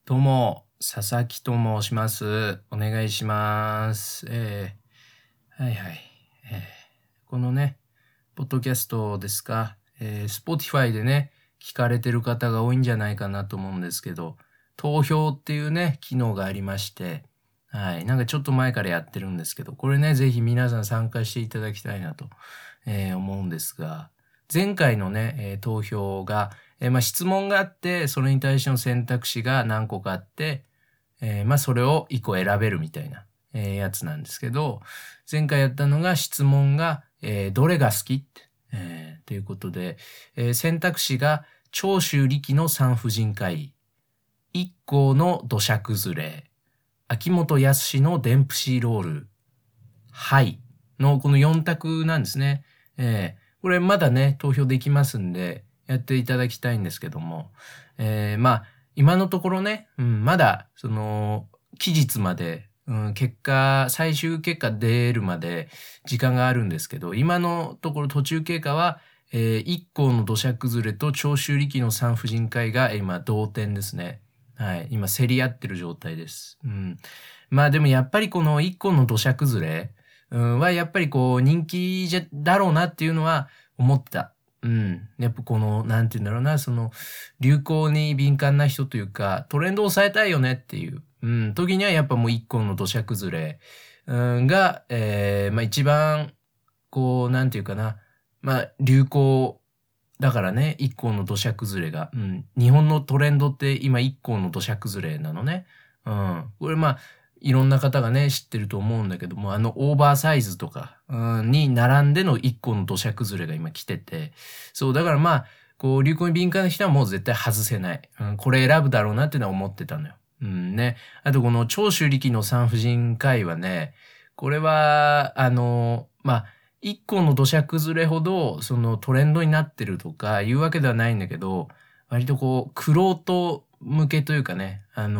どうも、佐々木と申します。お願いします。はいはい。このね、ポッドキャストですか、Spotify でね、聞かれてる方が多いんじゃないかなと思うんですけど、投票っていうね、機能がありまして、はい。なんかちょっと前からやってるんですけど、これね、ぜひ皆さん参加していただきたいなと、思うんですが、前回のね、投票が、質問があって、それに対しての選択肢が何個かあって、それを1個選べるみたいな、やつなんですけど、前回やったのが質問が、どれが好きって、ということで、選択肢が長州力の産婦人科医、一行の土砂崩れ、秋元康のデンプシーロール、はいのこの4択なんですね。これまだね、投票できますんで、やっていただきたいんですけども、今のところね、まだ、期日まで、最終結果出るまで時間があるんですけど、今のところ途中経過は、一行の土砂崩れと長州力の産婦人科医が今同点ですね。はい。今競り合ってる状態です。でもやっぱりこの一行の土砂崩れ、はやっぱりこう人気だろうなっていうのは思った。やっぱこの、なんて言うんだろうな、流行に敏感な人というか、トレンドを抑えたいよねっていう、時にはやっぱもう一個の土砂崩れ、が、一番、こう、なんていうかな、流行、だからね、一個の土砂崩れが、日本のトレンドって今一個の土砂崩れなのね。これいろんな方がね、知ってると思うんだけども、オーバーサイズとか、に並んでの一個の土砂崩れが今来てて、そう、だからこう、流行に敏感な人はもう絶対外せない。これ選ぶだろうなっていうのは思ってたのよ。ね。あとこの長州力の産婦人科医はね、これは、一個の土砂崩れほど、トレンドになってるとかいうわけではないんだけど、割とこう、玄人向けというかね、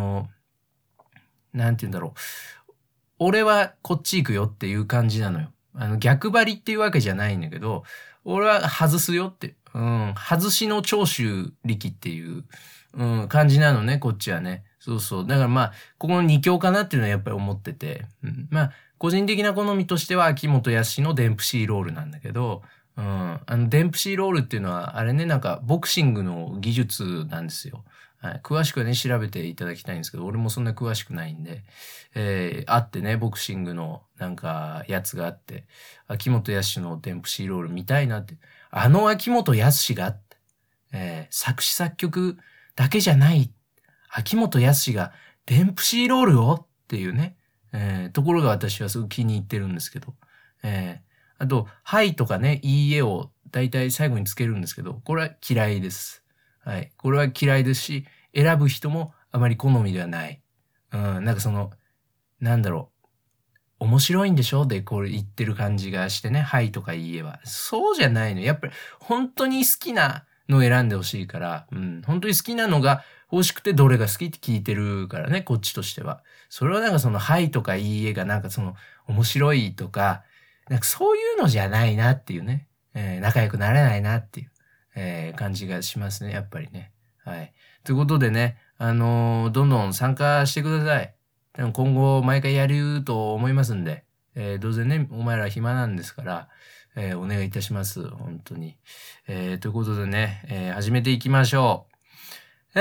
なんて言うんだろう。俺はこっち行くよっていう感じなのよ。逆張りっていうわけじゃないんだけど、俺は外すよって、外しの長州力っていう、感じなのね、こっちはね。そうそう。だからここの二強かなっていうのはやっぱり思ってて、個人的な好みとしては秋元康のデンプシーロールなんだけど、デンプシーロールっていうのは、あれね、なんか、ボクシングの技術なんですよ。はい。詳しくはね、調べていただきたいんですけど、俺もそんな詳しくないんで、あってね、ボクシングのなんか、やつがあって、秋元康のデンプシーロール見たいなって、秋元康が、作詞作曲だけじゃない、秋元康がデンプシーロールをっていうね、ところが私はすごく気に入ってるんですけど、あと、はいとかね、いいえを大体最後につけるんですけど、これは嫌いです。はい。これは嫌いですし、選ぶ人もあまり好みではない。なんかなんだろう。面白いんでしょで、これ言ってる感じがしてね、はいとかいいえは。そうじゃないの。やっぱり、本当に好きなのを選んでほしいから、本当に好きなのが欲しくてどれが好きって聞いてるからね、こっちとしては。それはなんかはいとかいいえがなんか面白いとか、なんかそういうのじゃないなっていうね、仲良くなれないなっていう、感じがしますね、やっぱりね。はい。ということでね、どんどん参加してください。今後毎回やると思いますんで、どうせね、お前ら暇なんですから、お願いいたします。本当に。ということでね、始めていきましょう。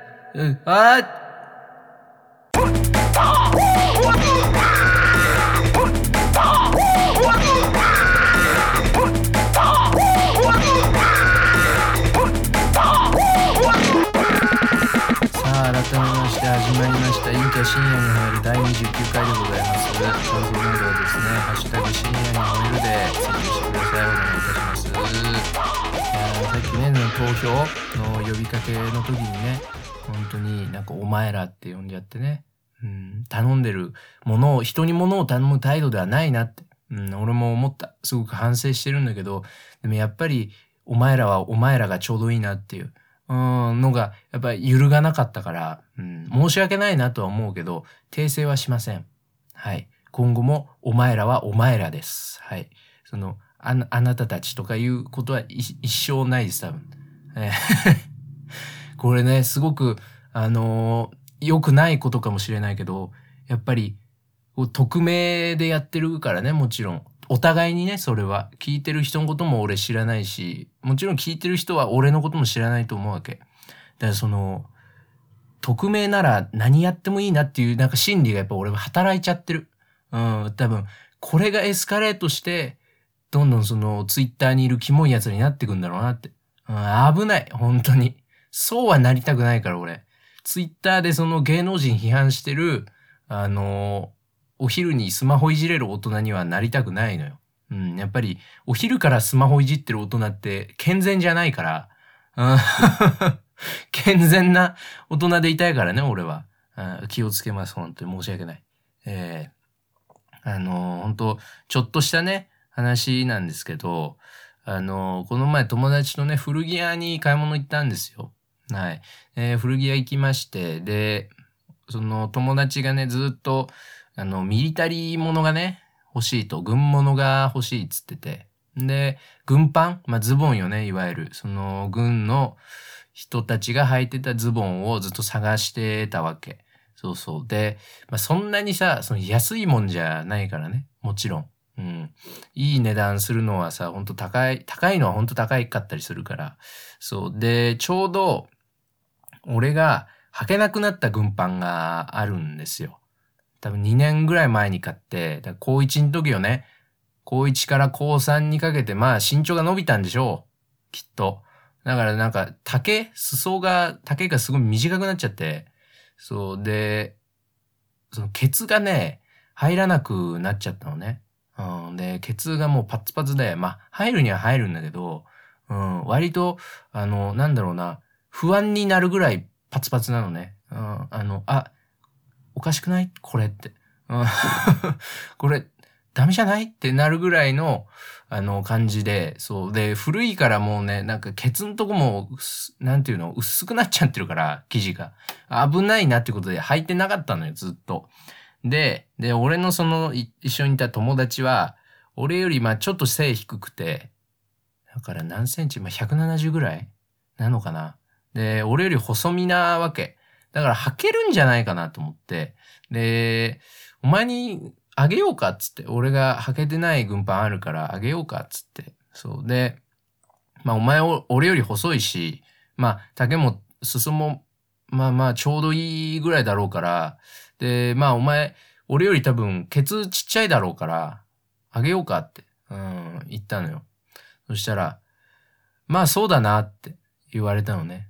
改めまして始まりました。陰キャ深夜に吠える第29回でございます。感想などはですね、ハッシュタグ深夜に吠えるでツイートしてください。お願いいたします。さっきね、投票の呼びかけの時にね、本当になんかお前らって呼んじゃってね、頼んでるものを、人に物を頼む態度ではないなって、俺も思った。すごく反省してるんだけど、でもやっぱりお前らはお前らがちょうどいいなっていう、のが、やっぱり揺るがなかったから、申し訳ないなとは思うけど、訂正はしません。はい。今後もお前らはお前らです。はい。あなたたちとかいうことは一生ないです、多分。これね、すごく、 良くないことかもしれないけど、やっぱり、匿名でやってるからね、もちろん。お互いにね、それは。聞いてる人のことも俺知らないし、もちろん聞いてる人は俺のことも知らないと思うわけ。だからその、匿名なら何やってもいいなっていうなんか心理がやっぱ俺は働いちゃってる。多分、これがエスカレートして、どんどんそのツイッターにいるキモいやつになってくんだろうなって。危ない、本当に。そうはなりたくないから俺。ツイッターでその芸能人批判してる、お昼にスマホいじれる大人にはなりたくないのよ。やっぱり、お昼からスマホいじってる大人って健全じゃないから、健全な大人でいたいからね、俺は。気をつけます、本当に申し訳ない。本当ちょっとしたね、話なんですけど、この前友達とね、古着屋に買い物行ったんですよ。はい。古着屋行きまして、で、その友達がね、ずっと、ミリタリーものがね、欲しいと、軍物が欲しいっつってて。で、軍パンズボンよね、いわゆる。その、軍の人たちが履いてたズボンをずっと探してたわけ。そうそう。で、そんなにさ、その安いもんじゃないからね。もちろん。いい値段するのはさ、ほんと高いのはほんと高いかったりするから。そう。で、ちょうど、俺が履けなくなった軍パンがあるんですよ。多分2年ぐらい前に買って、高1の時よね。高1から高3にかけて、身長が伸びたんでしょう。きっと。だからなんか、丈がすごい短くなっちゃって、そうで、そのケツがね、入らなくなっちゃったのね。で、ケツがもうパツパツで、入るには入るんだけど、割と、なんだろうな、不安になるぐらいパツパツなのね。おかしくないこれって。これ、ダメじゃないってなるぐらいの、感じで、そう。で、古いからもうね、なんかケツんとこも、なんていうの、薄くなっちゃってるから、生地が。危ないなってことで履いてなかったのよ、ずっと。で、俺のその、一緒にいた友達は、俺よりちょっと背低くて、だから何センチ170ぐらいなのかな。で、俺より細身なわけ。だから履けるんじゃないかなと思って。で、お前にあげようかっつって。俺が履けてない軍パンあるからあげようかっつって。そう。で、お前俺より細いし、丈も裾も、ちょうどいいぐらいだろうから。で、お前、俺より多分、ケツちっちゃいだろうから、あげようかって、言ったのよ。そしたら、そうだなって言われたのね。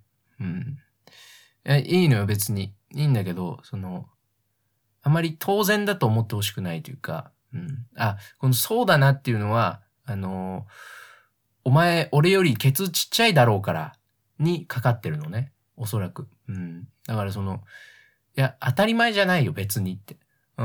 いいのよ、別に。いいんだけど、あまり当然だと思ってほしくないというか、このそうだなっていうのは、お前、俺よりケツちっちゃいだろうから、にかかってるのね。おそらく。だからいや、当たり前じゃないよ、別にって。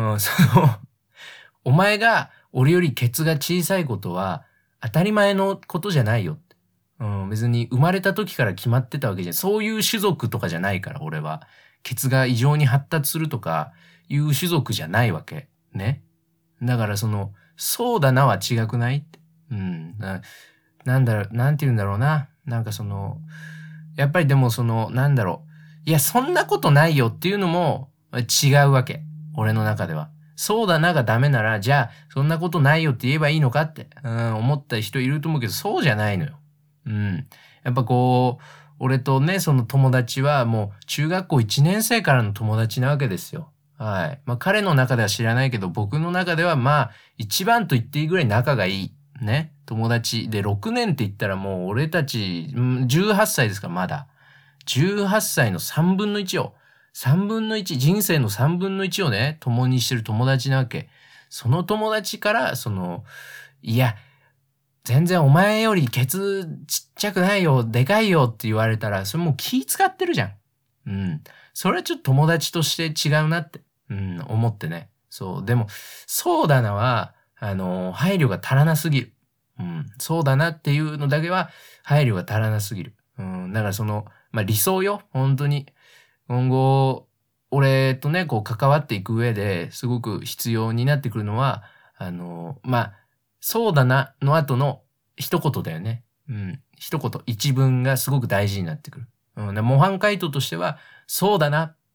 お前が俺よりケツが小さいことは当たり前のことじゃないよって。別に生まれた時から決まってたわけじゃん。そういう種族とかじゃないから、俺は。ケツが異常に発達するとかいう種族じゃないわけ。ね。だからそうだなは違くないって。なんて言うんだろうな。やっぱりでもいや、そんなことないよっていうのも違うわけ。俺の中では。そうだながダメなら、じゃあ、そんなことないよって言えばいいのかって、思った人いると思うけど、そうじゃないのよ。やっぱ俺とね、その友達はもう中学校1年生からの友達なわけですよ。はい。彼の中では知らないけど、僕の中では一番と言っていいぐらい仲がいい。ね。友達。で、6年って言ったらもう俺たち、18歳ですから、まだ。18歳の3分の1を、3分の1、人生の3分の1をね、共にしてる友達なわけ。その友達から、いや、全然お前よりケツちっちゃくないよ、でかいよって言われたら、それもう気使ってるじゃん。それはちょっと友達として違うなって、思ってね。そう。でも、そうだなは、配慮が足らなすぎる。そうだなっていうのだけは、配慮が足らなすぎる。だから理想よ、本当に。今後、俺とね、関わっていく上ですごく必要になってくるのは、そうだなの後の一言だよね。一言、一文がすごく大事になってくる。模範解答としては、そうだな。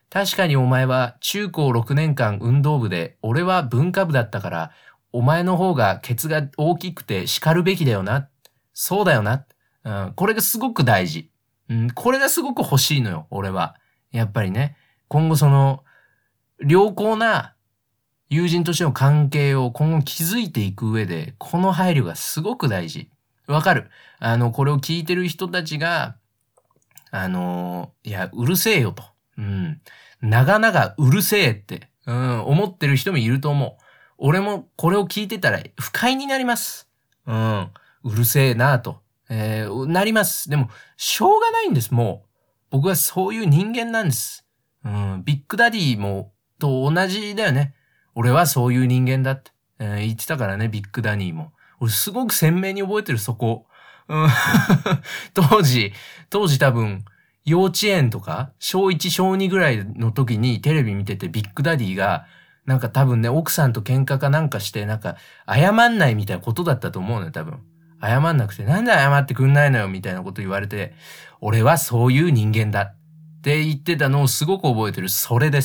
確かにお前は中高6年間運動部で、俺は文化部だったから、お前の方がケツが大きくて叱るべきだよな。そうだよな。これがすごく大事。これがすごく欲しいのよ、俺は。やっぱりね、今後良好な友人としての関係を今後築いていく上で、この配慮がすごく大事。わかる。これを聞いてる人たちが、いや、うるせえよと。長々うるせえって、思ってる人もいると思う。俺もこれを聞いてたら不快になります。うるせえなと。なります。でも、しょうがないんです、もう。僕はそういう人間なんです。ビッグダディも、と同じだよね。俺はそういう人間だって、言ってたからね、ビッグダディも。俺すごく鮮明に覚えてる、そこ。当時多分、幼稚園とか、小1、小2ぐらいの時にテレビ見ててビッグダディが、なんか多分ね、奥さんと喧嘩かなんかして、なんか、謝んないみたいなことだったと思うのよ、多分。謝んなくて、なんで謝ってくんないのよ、みたいなこと言われて、俺はそういう人間だって言ってたのをすごく覚えてる。それです。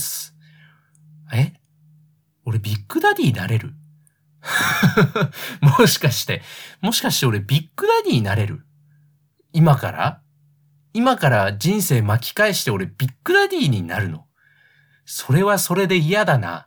俺ビッグダディになれるもしかして俺ビッグダディになれる今から人生巻き返して俺ビッグダディになるの？それはそれで嫌だな。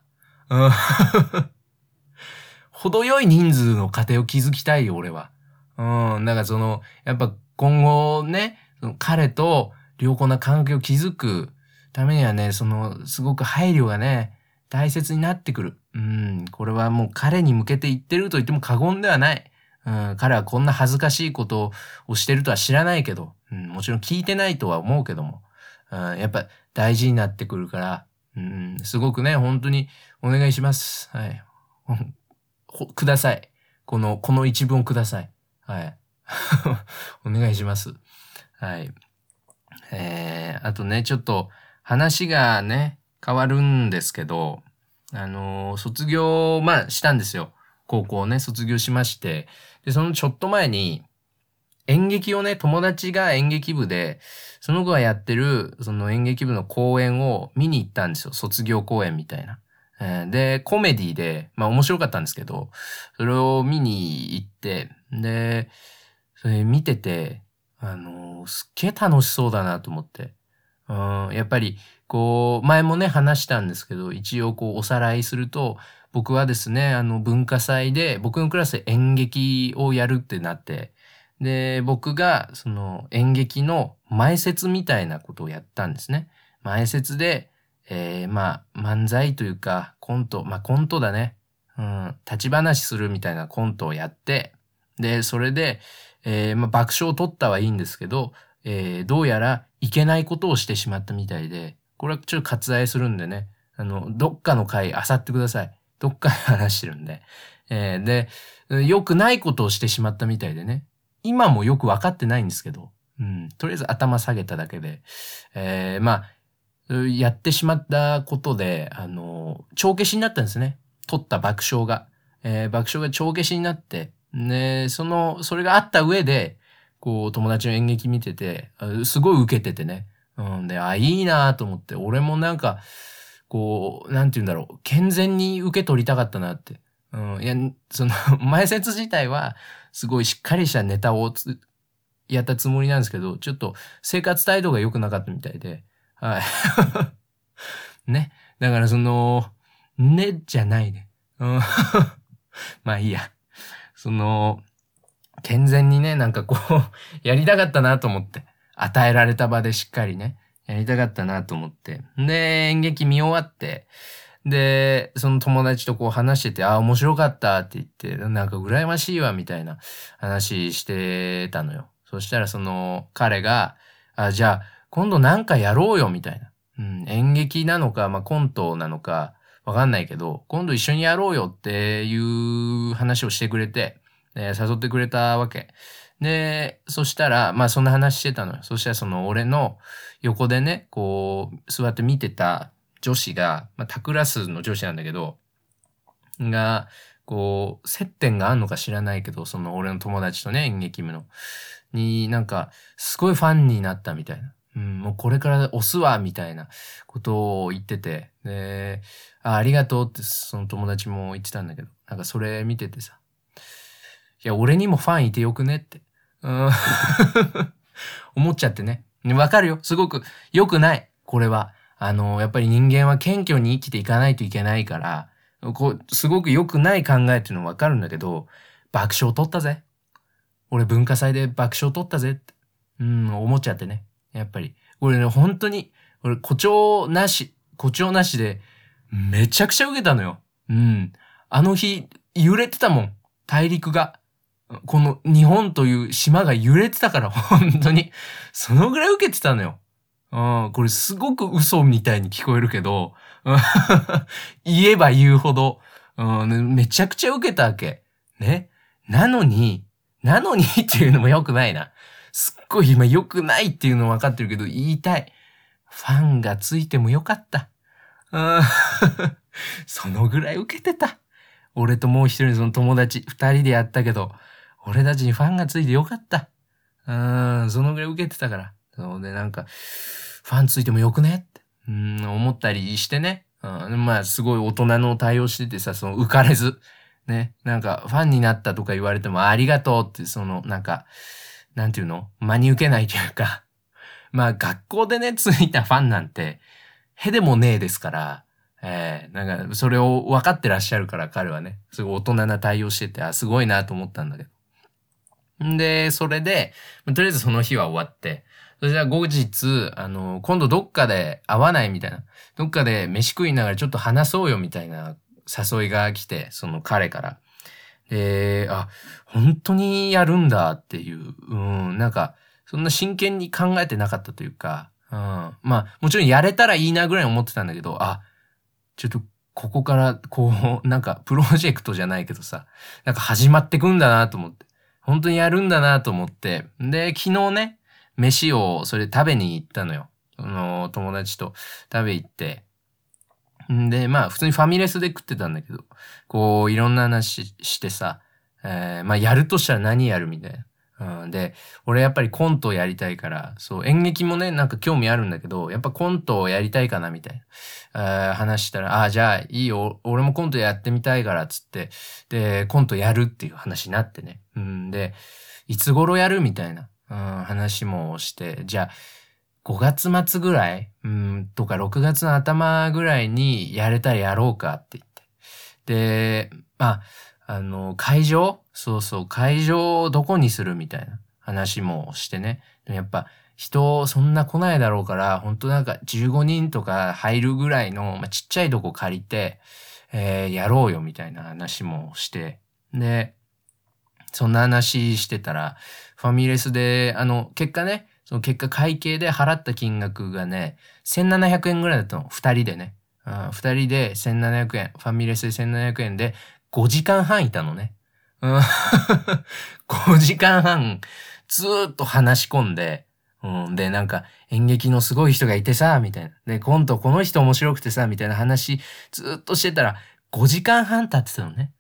程よい人数の家庭を築きたいよ、俺は。だからやっぱ今後ね、彼と良好な関係を築くためにはね、すごく配慮がね、大切になってくる。これはもう彼に向けて言ってると言っても過言ではない。彼はこんな恥ずかしいことをしてるとは知らないけど、もちろん聞いてないとは思うけども、やっぱ大事になってくるから、すごくね、本当にお願いします。はい。ください。この一文をください。はい。お願いします。はい。あとね、ちょっと話がね、変わるんですけど、卒業、したんですよ。高校ね、卒業しまして。で、そのちょっと前に、演劇をね、友達が演劇部で、その子がやってる、その演劇部の公演を見に行ったんですよ。卒業公演みたいな。で、コメディで、面白かったんですけど、それを見に行って、で、それ見てて、すっげえ楽しそうだなと思って。やっぱり、前もね、話したんですけど、一応おさらいすると、僕はですね、文化祭で、僕のクラスで演劇をやるってなって、で、僕が、演劇の前説みたいなことをやったんですね。前説で、漫才というか、コントだね。立ち話するみたいなコントをやって、で、それで、爆笑を取ったはいいんですけど、どうやらいけないことをしてしまったみたいで、これはちょっと割愛するんでね、どっかの回漁ってください。どっかで話してるんで。で、良くないことをしてしまったみたいでね。今もよくわかってないんですけど、とりあえず頭下げただけで、やってしまったことで、帳消しになったんですね。取った爆笑が。爆笑が帳消しになって、ね、それがあった上で、友達の演劇見てて、すごい受けててね。で、いいなと思って、俺もなんか、なんて言うんだろう、健全に受け取りたかったなって。いや、前説自体は、すごいしっかりしたネタをやったつもりなんですけど、ちょっと生活態度が良くなかったみたいで、はい。ね。だからねじゃないね。まあいいや。健全にね、なんかやりたかったなと思って。与えられた場でしっかりね、やりたかったなと思って。で、演劇見終わって、で、その友達と話してて、面白かったって言って、なんか羨ましいわ、みたいな話してたのよ。そしたら彼が、じゃあ、今度なんかやろうよ、みたいな。演劇なのか、コントなのか、わかんないけど、今度一緒にやろうよっていう話をしてくれて、誘ってくれたわけ。で、そしたら、そんな話してたのよ。そしたら俺の横でね、座って見てた女子が、他クラスの女子なんだけど、接点があんのか知らないけど、俺の友達とね、演劇部の、なんか、すごいファンになったみたいな。 もうこれから押すわ、みたいなことを言ってて、で、ありがとうってその友達も言ってたんだけど、なんかそれ見ててさ、いや、俺にもファンいてよくねって、思っちゃってね。わかるよ。すごく良くない。これは。やっぱり人間は謙虚に生きていかないといけないから、すごく良くない考えっていうのはわかるんだけど、爆笑取ったぜ。俺文化祭で爆笑取ったぜって。思っちゃってね。やっぱり。俺ね、本当に、俺誇張なしで、めちゃくちゃ受けたのよ。あの日、揺れてたもん。大陸が。この日本という島が揺れてたから、本当に。そのぐらい受けてたのよ。これすごく嘘みたいに聞こえるけど、言えば言うほど、めちゃくちゃ受けたわけ。ね。なのにっていうのも良くないな。すっごい今良くないっていうの分かってるけど言いたい。ファンがついてもよかった。そのぐらい受けてた。俺ともう一人その友達、二人でやったけど、俺たちにファンがついてよかった。そのぐらい受けてたから。そうで、なんか、ファンついてもよくねって、思ったりしてね。まあ、すごい大人の対応しててさ、浮かれず。ね。なんか、ファンになったとか言われても、ありがとうって、なんか、なんていうの真に受けないというか。まあ、学校でね、ついたファンなんて、へでもねえですから、なんか、それを分かってらっしゃるから、彼はね、すごい大人な対応してて、すごいなと思ったんだけど。んで、それで、とりあえずその日は終わって、それじゃあ後日、今度どっかで会わないみたいな。どっかで飯食いながらちょっと話そうよみたいな誘いが来て、その彼から。で、本当にやるんだっていう、なんか、そんな真剣に考えてなかったというか、まあ、もちろんやれたらいいなぐらい思ってたんだけど、ちょっと、ここから、なんか、プロジェクトじゃないけどさ、なんか始まってくんだなと思って。本当にやるんだなと思って。で、昨日ね、飯をそれ食べに行ったのよ。友達と食べ行って。で、まあ、普通にファミレスで食ってたんだけど、いろんな話してさ、まあ、やるとしたら何やるみたいな。で、俺やっぱりコントをやりたいから、演劇もね、なんか興味あるんだけど、やっぱコントをやりたいかなみたいな。話したら、じゃあいいよ、俺もコントやってみたいから、つって、で、コントやるっていう話になってね。で、いつ頃やるみたいな、話もして、じゃあ、5月末ぐらいとか6月の頭ぐらいにやれたらやろうかって言って。で、まあ、会場会場をどこにするみたいな話もしてね。やっぱ人そんな来ないだろうから、ほんとなんか15人とか入るぐらいの、ちっちゃいとこ借りて、やろうよみたいな話もして。で、そんな話してたら、ファミレスで、結果ね、その結果会計で払った金額がね、1700円ぐらいだったの。二人でね。二人で1700円。ファミレスで1700円で5時間半いたのね。5時間半ずーっと話し込んで、で、なんか演劇のすごい人がいてさ、みたいな。で、今度この人面白くてさ、みたいな話ずーっとしてたら5時間半経ってたのね。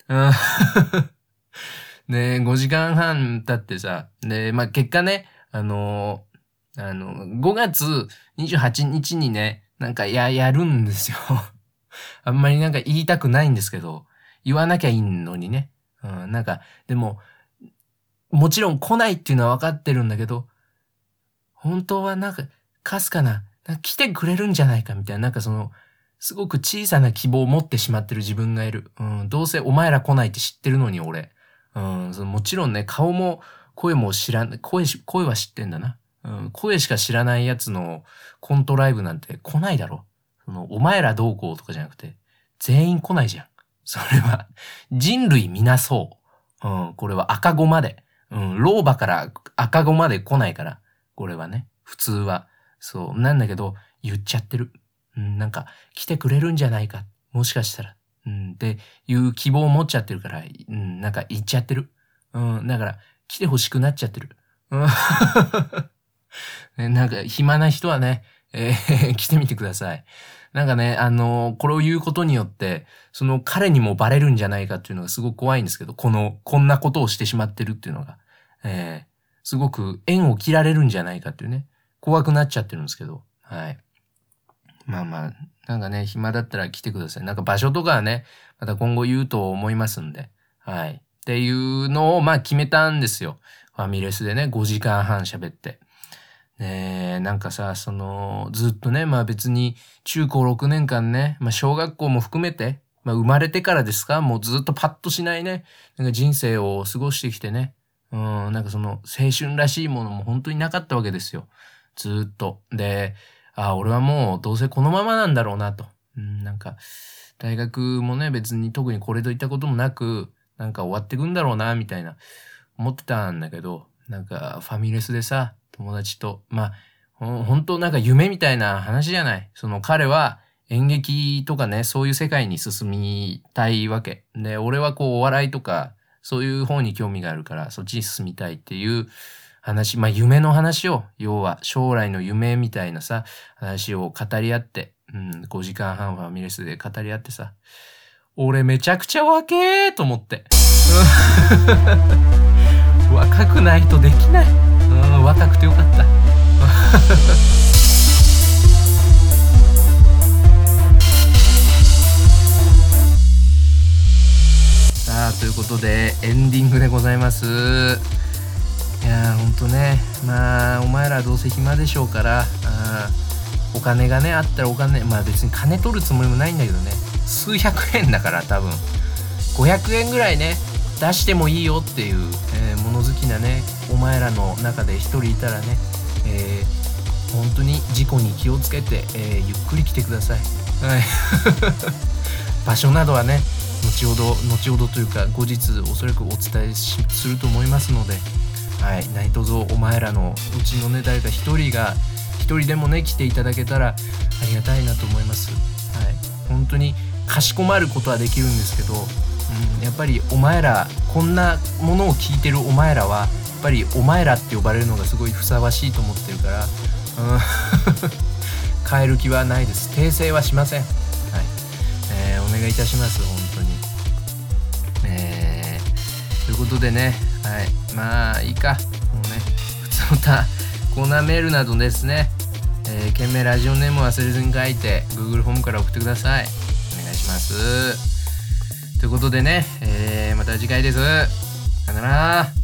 で、5時間半経ってさ、で、まあ、結果ね、5月28日にね、なんかやるんですよ。あんまりなんか言いたくないんですけど、言わなきゃいいのにね。なんか、でも、もちろん来ないっていうのは分かってるんだけど、本当はなんか、かすかな、来てくれるんじゃないかみたいな、なんかすごく小さな希望を持ってしまってる自分がいる。どうせお前ら来ないって知ってるのに俺。もちろんね、顔も声も知らん、声は知ってんだな。声しか知らないやつのコントライブなんて来ないだろ。お前らどうこうとかじゃなくて、全員来ないじゃん。それは、人類皆そう。これは赤子まで。老婆から赤子まで来ないから。これはね、普通は。そう。なんだけど、言っちゃってる。なんか、来てくれるんじゃないか。もしかしたら。っていう希望を持っちゃってるから、なんか言っちゃってる。だから、来て欲しくなっちゃってる。なんか、暇な人はね、来てみてください。なんかね、これを言うことによって、彼にもバレるんじゃないかっていうのがすごく怖いんですけど、こんなことをしてしまってるっていうのが、すごく縁を切られるんじゃないかっていうね、 怖くなっちゃってるんですけど。はい。まあまあ、なんかね、暇だったら来てください。なんか場所とかはね、また今後言うと思いますんで。はい。っていうのを、まあ決めたんですよ。ファミレスでね、5時間半喋って。なんかさ、ずっとね、まあ別に中高6年間ね、まあ小学校も含めて、まあ生まれてからですか、もうずっとパッとしないね、なんか人生を過ごしてきてね、なんか青春らしいものも本当になかったわけですよ。ずっと。で、俺はもうどうせこのままなんだろうなと。なんか、大学もね、別に特にこれといったこともなく、なんか終わってくんだろうな、みたいな、思ってたんだけど、なんかファミレスでさ、友達と、まあ、本当なんか夢みたいな話じゃない。彼は演劇とかね、そういう世界に進みたいわけ。で、俺はお笑いとか、そういう方に興味があるから、そっちに進みたいっていう話、まあ夢の話を、要は将来の夢みたいなさ、話を語り合って、5時間半ファミレスで語り合ってさ、俺めちゃくちゃ若えと思って。若くないとできない。若くてよかった。さあ、ということでエンディングでございます。いやーほんとね、まあお前らどうせ暇でしょうから、お金がねあったらまあ別に金取るつもりもないんだけどね、数百円だから多分500円ぐらいね出してもいいよっていう、物好きなねお前らの中で一人いたらね、本当に事故に気をつけて、ゆっくり来てください。はい。場所などはね後ほどというか後日おそらくお伝えすると思いますので、はい、何卒お前らのうちのね誰か一人でもね来ていただけたらありがたいなと思います。はい、本当にかしこまることはできるんですけど、やっぱりお前らこんなものを聞いてるお前らはやっぱりお前らって呼ばれるのがすごいふさわしいと思ってるから、変える気はないです。訂正はしません。はい、お願いいたします本当に。ということでね、はい、まあいいか、もうね普通のコーナーメールなどですね、件名ラジオネーム忘れずに書いて Google ホームから送ってください。お願いします。ということでね、また次回です。さよなら。